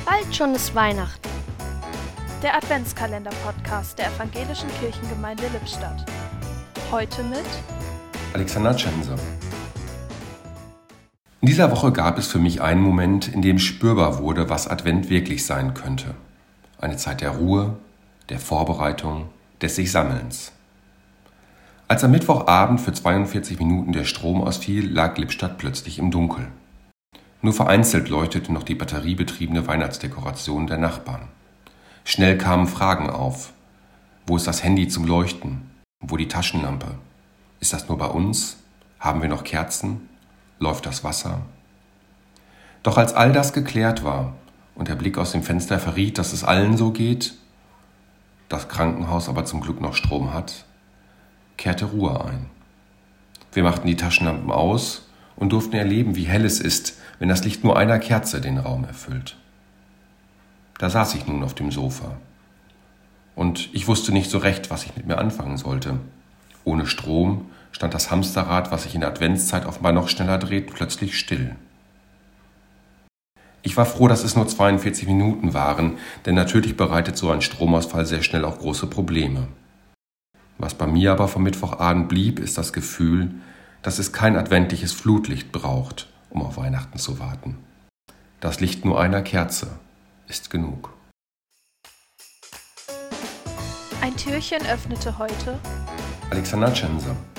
Bald schon ist Weihnachten. Der Adventskalender-Podcast der Evangelischen Kirchengemeinde Lippstadt. Heute mit Alexander Tschense. In dieser Woche gab es für mich einen Moment, in dem spürbar wurde, was Advent wirklich sein könnte. Eine Zeit der Ruhe, der Vorbereitung, des Sich-Sammelns. Als am Mittwochabend für 42 Minuten der Strom ausfiel, lag Lippstadt plötzlich im Dunkeln. Nur vereinzelt leuchtete noch die batteriebetriebene Weihnachtsdekoration der Nachbarn. Schnell kamen Fragen auf. Wo ist das Handy zum Leuchten? Wo die Taschenlampe? Ist das nur bei uns? Haben wir noch Kerzen? Läuft das Wasser? Doch als all das geklärt war und der Blick aus dem Fenster verriet, dass es allen so geht, das Krankenhaus aber zum Glück noch Strom hat, kehrte Ruhe ein. Wir machten die Taschenlampen aus und durften erleben, wie hell es ist, wenn das Licht nur einer Kerze den Raum erfüllt. Da saß ich nun auf dem Sofa. Und ich wusste nicht so recht, was ich mit mir anfangen sollte. Ohne Strom stand das Hamsterrad, was sich in der Adventszeit offenbar noch schneller dreht, plötzlich still. Ich war froh, dass es nur 42 Minuten waren, denn natürlich bereitet so ein Stromausfall sehr schnell auch große Probleme. Was bei mir aber vom Mittwochabend blieb, ist das Gefühl, dass es kein adventliches Flutlicht braucht, um auf Weihnachten zu warten. Das Licht nur einer Kerze ist genug. Ein Türchen öffnete heute Alexander Tschense.